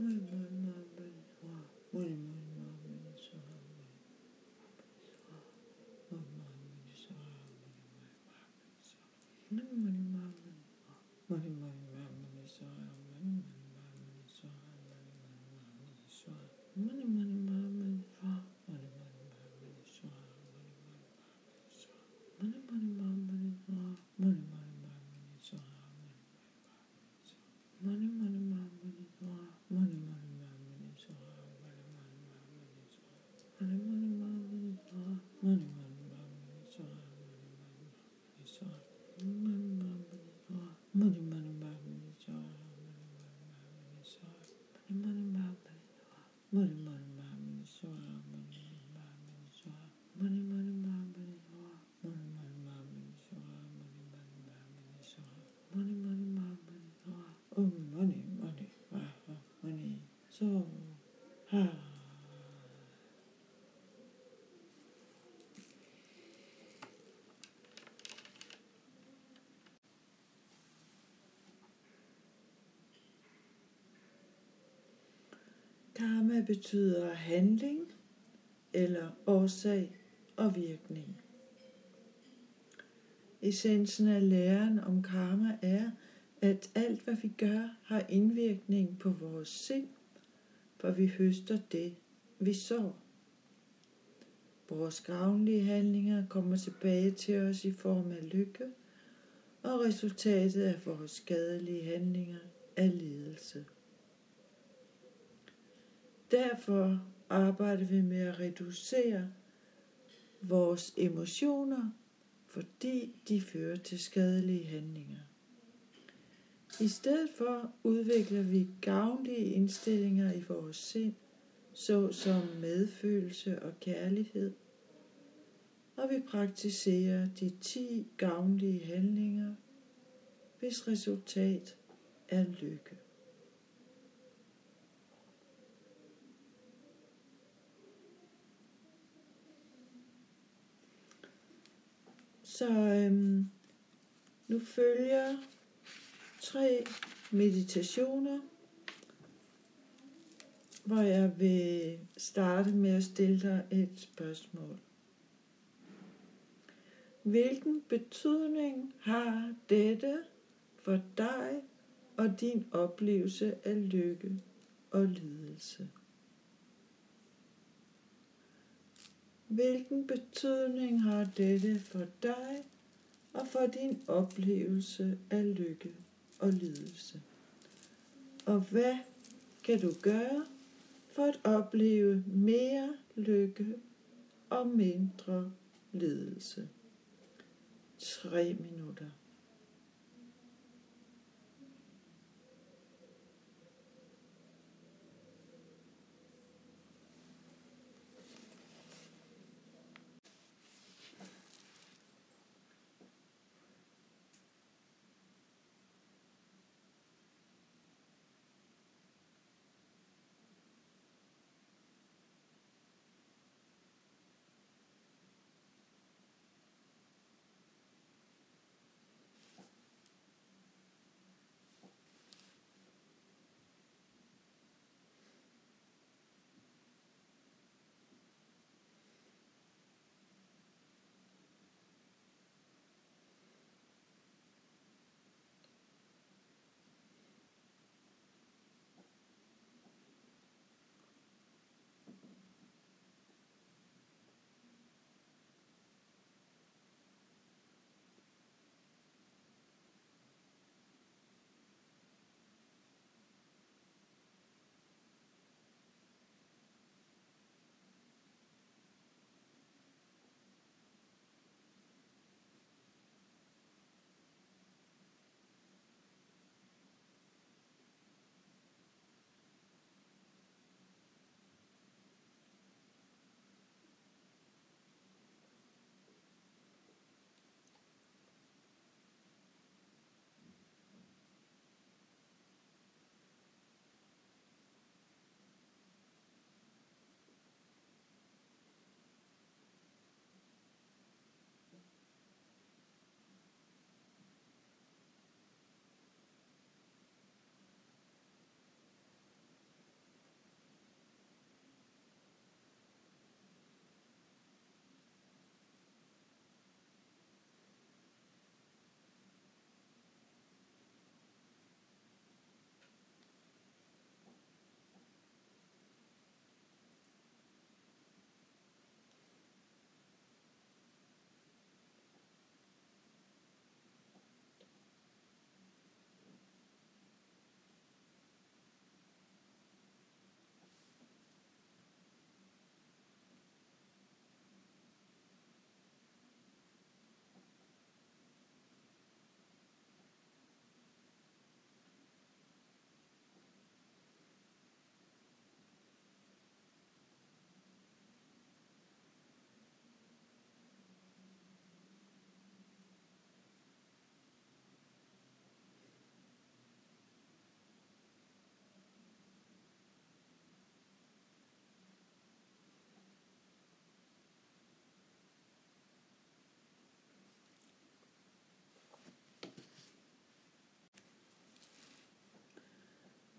Karma betyder handling eller årsag og virkning. Essensen af læren om karma er, at alt hvad vi gør har indvirkning på vores sind, for vi høster det, vi sår. Vores gavnlige handlinger kommer tilbage til os i form af lykke, og resultatet af vores skadelige handlinger er lidelse. Derfor arbejder vi med at reducere vores emotioner, fordi de fører til skadelige handlinger. I stedet for udvikler vi gavnlige indstillinger i vores sind, såsom medfølelse og kærlighed, og vi praktiserer de 10 gavnlige handlinger, hvis resultat er lykke. Så nu følger 3 meditationer, hvor jeg vil starte med at stille dig et spørgsmål. Hvilken betydning har dette for dig og din oplevelse af lykke og lidelse? Hvilken betydning har dette for dig og for din oplevelse af lykke og lidelse? Og hvad kan du gøre for at opleve mere lykke og mindre lidelse? 3 minutter.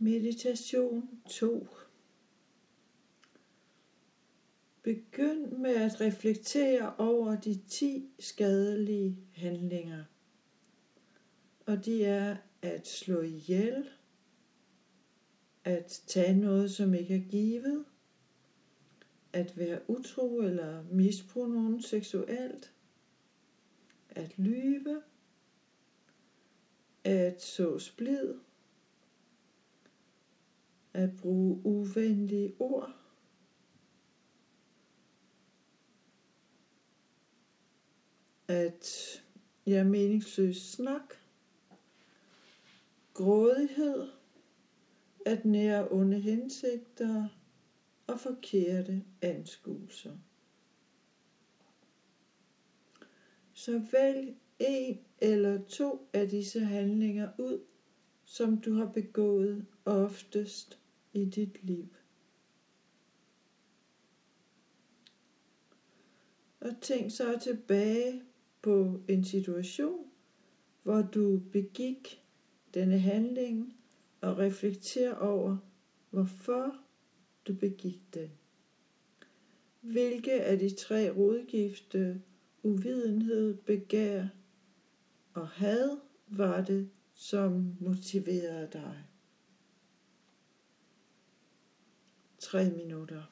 Meditation 2. Begynd med at reflektere over de 10 skadelige handlinger. Og de er at slå ihjel, at tage noget, som ikke er givet, at være utro eller misbruge nogen seksuelt, at lyve, at så splid, at bruge uvenlige ord, at meningsløs snak, grådighed, at nære onde hensigter og forkerte anskuelser. Så vælg 1 eller 2 af disse handlinger ud, som du har begået oftest i dit liv. Og tænk så tilbage på en situation, hvor du begik denne handling, og reflekter over, hvorfor du begik den. Hvilke af de 3 rodgifte, uvidenhed, begær og had, var det, som motiverede dig? 3 minutter.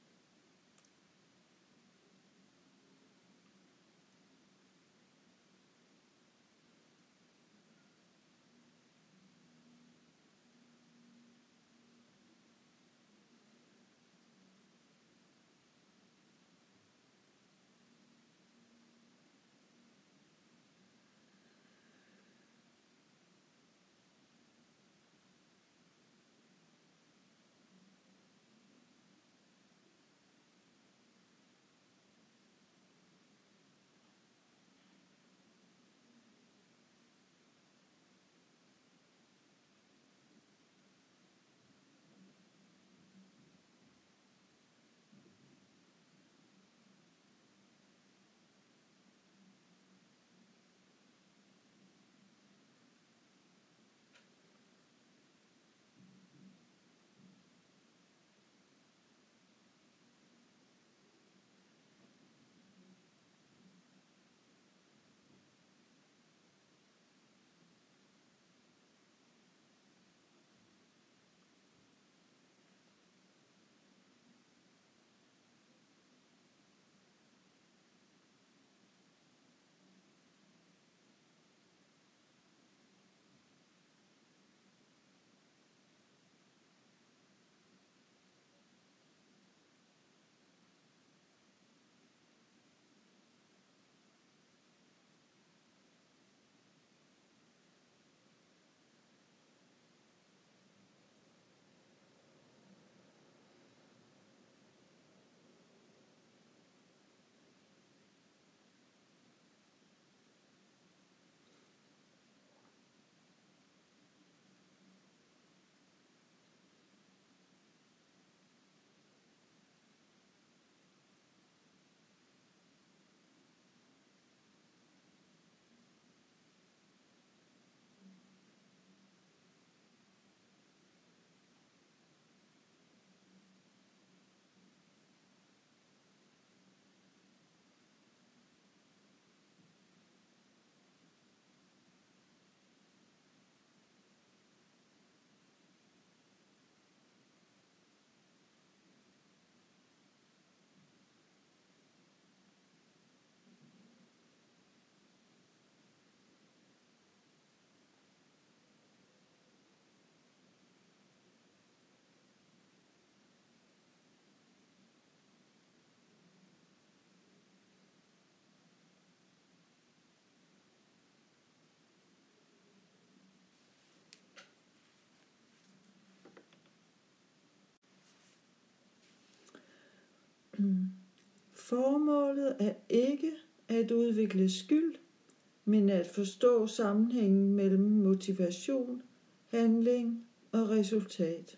Formålet er ikke at udvikle skyld, men at forstå sammenhængen mellem motivation, handling og resultat.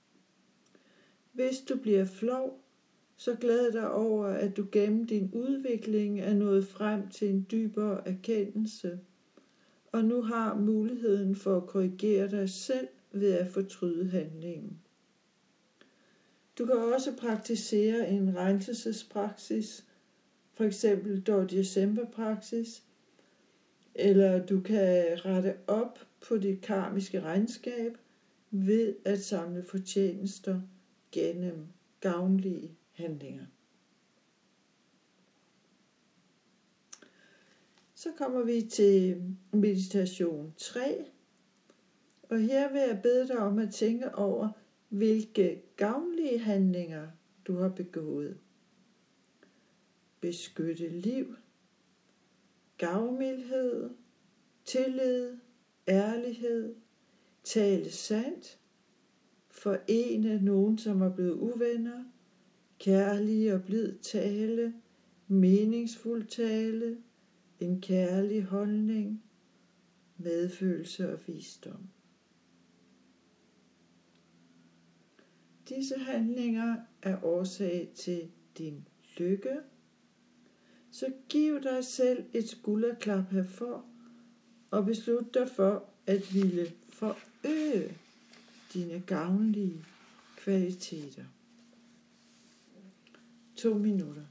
Hvis du bliver flov, så glæd dig over, at du gennem din udvikling er nået frem til en dybere erkendelse, og nu har muligheden for at korrigere dig selv ved at fortryde handlingen. Du kan også praktisere en renselsespraksis, for eksempel December-praksis, eller du kan rette op på dit karmiske regnskab ved at samle fortjenester gennem gavnlige handlinger. Så kommer vi til meditation 3, og her vil jeg bede dig om at tænke over, hvilke gavnlige handlinger du har begået. Beskytte liv, gavmildhed, tillid, ærlighed, tale sandt, forene nogen, som er blevet uvenner, kærlig og blid tale, meningsfuld tale, en kærlig holdning, medfølelse og visdom. Disse handlinger er årsag til din lykke, så giv dig selv et skulderklap herfor, og beslut dig for at ville forøge dine gavnlige kvaliteter. 2 minutter.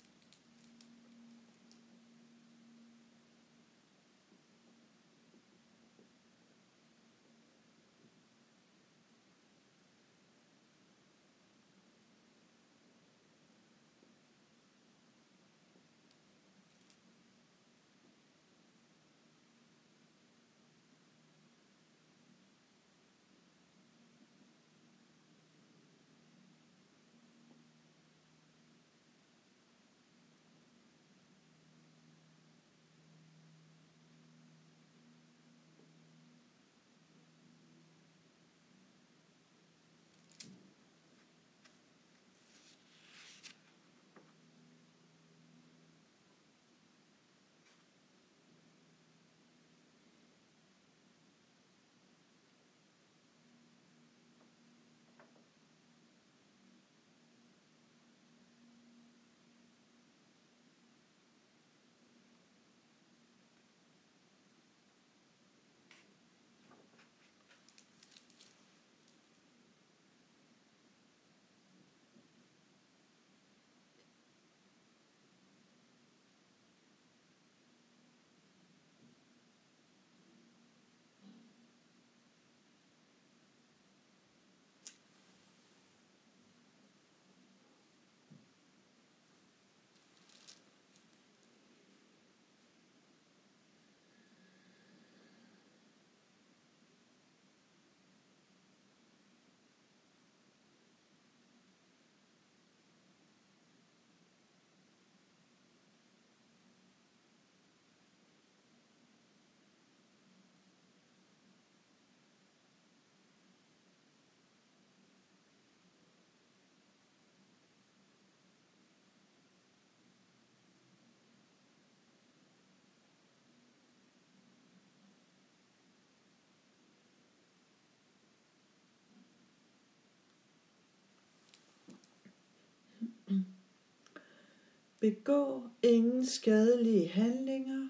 Begå ingen skadelige handlinger,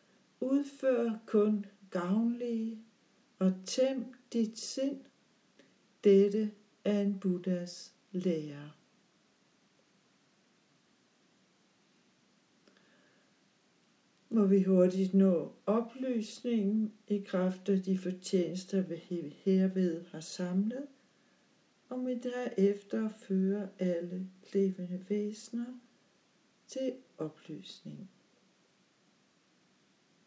udfør kun gavnlige, og tæm dit sind. Dette er en Buddhas lære. Må vi hurtigt nå oplysningen i kraft af de fortjenester, vi herved har samlet, og vi derefter føre alle levende væsener til oplysning.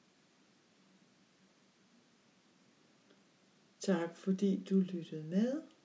Tak fordi du lyttede med.